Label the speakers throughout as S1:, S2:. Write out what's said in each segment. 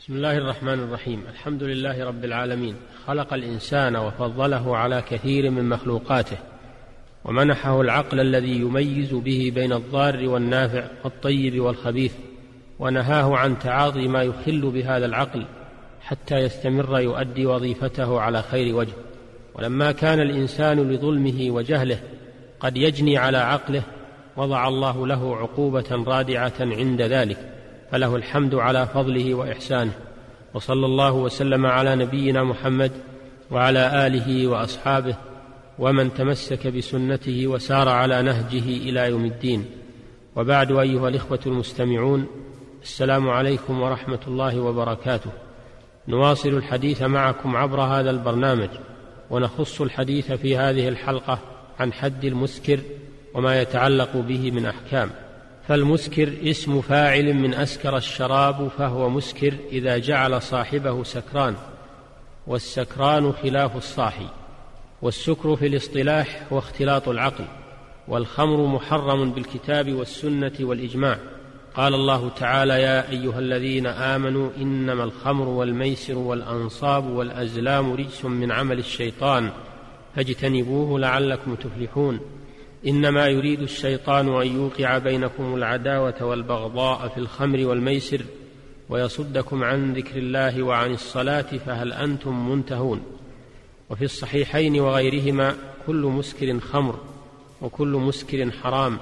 S1: بسم الله الرحمن الرحيم. الحمد لله رب العالمين، خلق الإنسان وفضله على كثير من مخلوقاته، ومنحه العقل الذي يميز به بين الضار والنافع والطيب والخبيث، ونهاه عن تعاطي ما يخل بهذا العقل حتى يستمر يؤدي وظيفته على خير وجه. ولما كان الإنسان لظلمه وجهله قد يجني على عقله، وضع الله له عقوبة رادعة عند ذلك، فله الحمد على فضله وإحسانه. وصلى الله وسلم على نبينا محمد وعلى آله وأصحابه ومن تمسك بسنته وسار على نهجه إلى يوم الدين. وبعد، أيها الإخوة المستمعون، السلام عليكم ورحمة الله وبركاته. نواصل الحديث معكم عبر هذا البرنامج، ونخص الحديث في هذه الحلقة عن حد المسكر وما يتعلق به من أحكام. فالمسكر اسم فاعل من أسكر الشراب، فهو مسكر إذا جعل صاحبه سكران، والسكران خلاف الصاحي. والسكر في الاصطلاح هو اختلاط العقل. والخمر محرم بالكتاب والسنة والإجماع. قال الله تعالى: يا أيها الذين آمنوا إنما الخمر والميسر والأنصاب والأزلام رجس من عمل الشيطان فاجتنبوه لعلكم تفلحون. إنما يريد الشيطان أن يوقع بينكم العداوة والبغضاء في الخمر والميسر ويصدكم عن ذكر الله وعن الصلاة فهل أنتم منتهون. وفي الصحيحين وغيرهما: كل مسكر خمر، وكل مسكر حرام،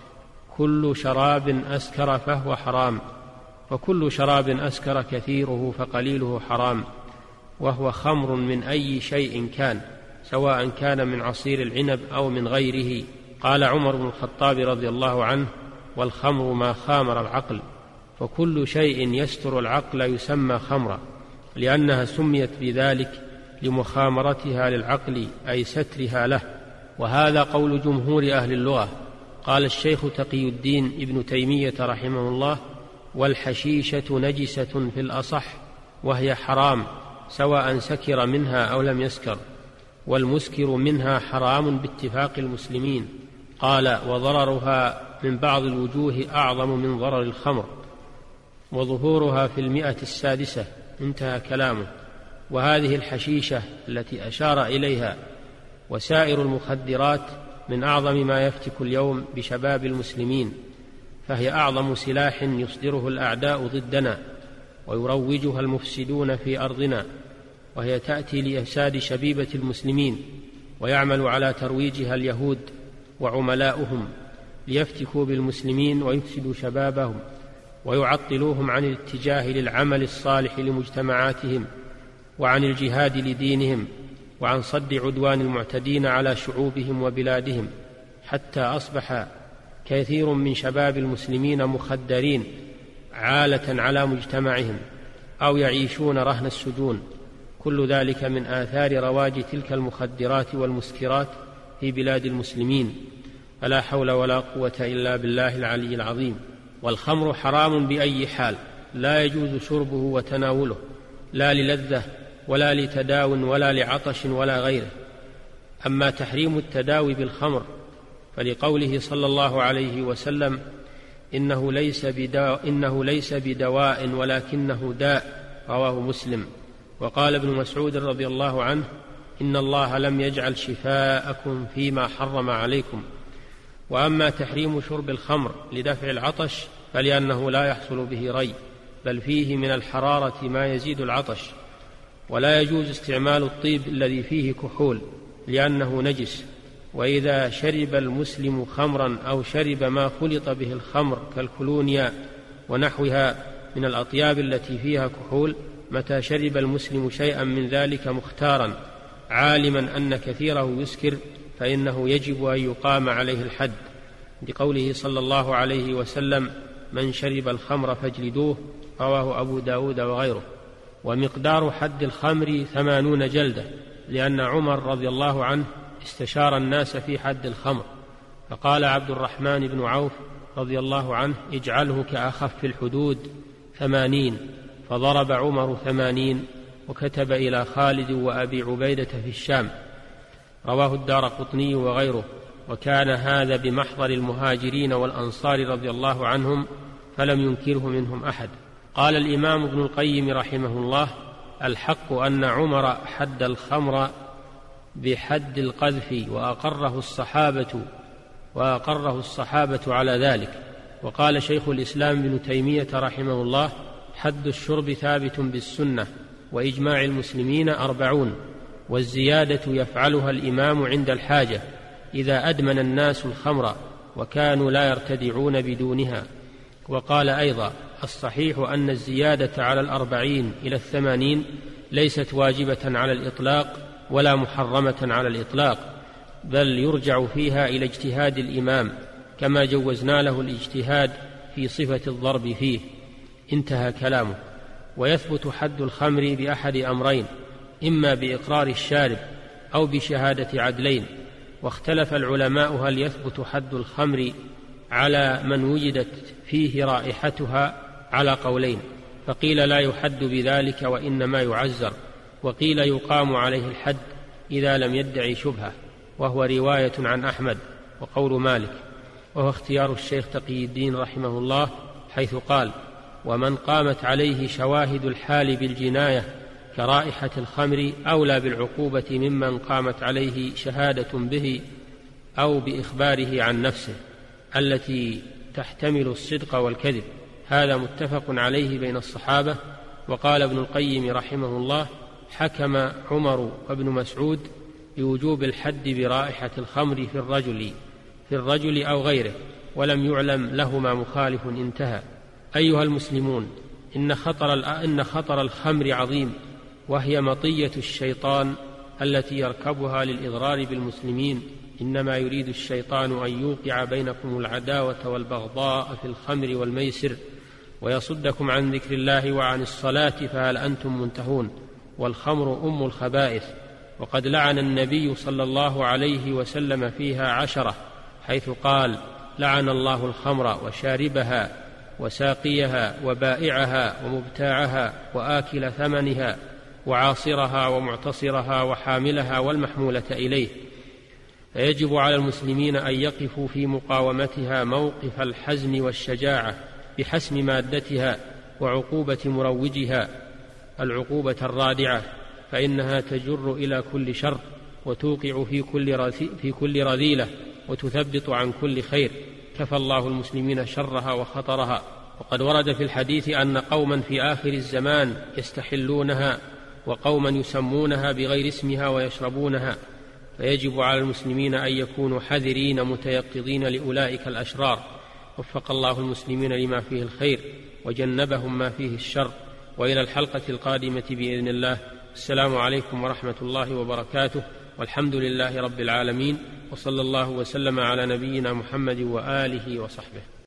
S1: كل شراب أسكر فهو حرام، وكل شراب أسكر كثيره فقليله حرام، وهو خمر من أي شيء كان، سواء كان من عصير العنب أو من غيره. قال عمر بن الخطاب رضي الله عنه: والخمر ما خامر العقل. فكل شيء يستر العقل يسمى خمرا، لأنها سميت بذلك لمخامرتها للعقل، أي سترها له. وهذا قول جمهور أهل اللغة. قال الشيخ تقي الدين ابن تيمية رحمه الله: والحشيشة نجسة في الأصح، وهي حرام سواء سكر منها أو لم يسكر، والمسكر منها حرام باتفاق المسلمين. قال: وضررها من بعض الوجوه أعظم من ضرر الخمر، وظهورها في 106. انتهى كلامه. وهذه الحشيشة التي أشار إليها وسائر المخدرات من أعظم ما يفتك اليوم بشباب المسلمين، فهي أعظم سلاح يصدره الأعداء ضدنا ويروجها المفسدون في أرضنا، وهي تأتي لإفساد شبيبة المسلمين، ويعمل على ترويجها اليهود وعملاؤهم ليفتكوا بالمسلمين ويفسدوا شبابهم ويعطلوهم عن الاتجاه للعمل الصالح لمجتمعاتهم، وعن الجهاد لدينهم، وعن صد عدوان المعتدين على شعوبهم وبلادهم، حتى أصبح كثير من شباب المسلمين مخدرين عالة على مجتمعهم، أو يعيشون رهن السجون. كل ذلك من آثار رواج تلك المخدرات والمسكرات في بلاد المسلمين، فلا حول ولا قوة إلا بالله العلي العظيم. والخمر حرام بأي حال، لا يجوز شربه وتناوله، لا للذة ولا لتداو ولا لعطش ولا غيره. أما تحريم التداوي بالخمر فلقوله صلى الله عليه وسلم: إنه ليس بدواء ولكنه داء، رواه مسلم. وقال ابن مسعود رضي الله عنه: إن الله لم يجعل شفاءكم فيما حرم عليكم. وأما تحريم شرب الخمر لدفع العطش فلأنه لا يحصل به ري، بل فيه من الحرارة ما يزيد العطش. ولا يجوز استعمال الطيب الذي فيه كحول لأنه نجس. وإذا شرب المسلم خمرا أو شرب ما خلط به الخمر كالكولونيا ونحوها من الأطياب التي فيها كحول، متى شرب المسلم شيئا من ذلك مختارا عالما أن كثيره يسكر، فإنه يجب أن يقام عليه الحد، لقوله صلى الله عليه وسلم: من شرب الخمر فاجلدوه، رواه أبو داود وغيره. ومقدار حد الخمر 80 جلدة، لأن عمر رضي الله عنه استشار الناس في حد الخمر، فقال عبد الرحمن بن عوف رضي الله عنه: اجعله كأخف الحدود 80، فضرب عمر 80، وكتب إلى خالد وأبي عبيدة في الشام. رواه الدارقطني وغيره. وكان هذا بمحضر المهاجرين والأنصار رضي الله عنهم، فلم ينكره منهم أحد. قال الإمام ابن القيم رحمه الله: الحق أن عمر حد الخمر بحد القذف وأقره الصحابة على ذلك. وقال شيخ الإسلام ابن تيمية رحمه الله: حد الشرب ثابت بالسنة وإجماع المسلمين 40، والزيادة يفعلها الإمام عند الحاجة إذا أدمن الناس الخمر وكانوا لا يرتدعون بدونها. وقال أيضا: الصحيح أن الزيادة على 40 إلى 80 ليست واجبة على الإطلاق ولا محرمة على الإطلاق، بل يرجع فيها إلى اجتهاد الإمام، كما جوزنا له الاجتهاد في صفة الضرب فيه. انتهى كلامه. ويثبت حد الخمر بأحد أمرين: إما بإقرار الشارب أو بشهادة عدلين. واختلف العلماء هل يثبت حد الخمر على من وجدت فيه رائحتها على قولين، فقيل لا يحد بذلك وإنما يعزر، وقيل يقام عليه الحد إذا لم يدعي شبهة، وهو رواية عن أحمد وقول مالك، وهو اختيار الشيخ تقي الدين رحمه الله، حيث قال: ومن قامت عليه شواهد الحال بالجناية كرائحة الخمر أولى بالعقوبة ممن قامت عليه شهادة به أو بإخباره عن نفسه التي تحتمل الصدق والكذب. هذا متفق عليه بين الصحابة. وقال ابن القيم رحمه الله: حكم عمر وابن مسعود بوجوب الحد برائحة الخمر في الرجل أو غيره، ولم يعلم لهما مخالف. انتهى. أيها المسلمون، إن خطر الخمر عظيم، وهي مطية الشيطان التي يركبها للإضرار بالمسلمين. إنما يريد الشيطان أن يوقع بينكم العداوة والبغضاء في الخمر والميسر ويصدكم عن ذكر الله وعن الصلاة، فهل أنتم منتهون؟ والخمر أم الخبائث، وقد لعن النبي صلى الله عليه وسلم فيها 10، حيث قال: لعن الله الخمر وشاربها وساقيها وبائعها ومبتاعها وآكل ثمنها وعاصرها ومعتصرها وحاملها والمحمولة إليه. فيجب على المسلمين أن يقفوا في مقاومتها موقف الحزم والشجاعة بحسم مادتها وعقوبة مروجها العقوبة الرادعة، فإنها تجر إلى كل شر وتوقع في كل رذيلة وتثبط عن كل خير. كفى الله المسلمين شرها وخطرها. وقد ورد في الحديث أن قوما في آخر الزمان يستحلونها، وقوما يسمونها بغير اسمها ويشربونها، فيجب على المسلمين أن يكونوا حذرين متيقظين لأولئك الأشرار. وفق الله المسلمين لما فيه الخير وجنبهم ما فيه الشر. وإلى الحلقة القادمة بإذن الله. السلام عليكم ورحمة الله وبركاته، والحمد لله رب العالمين، وصلى الله وسلم على نبينا محمد وآله وصحبه.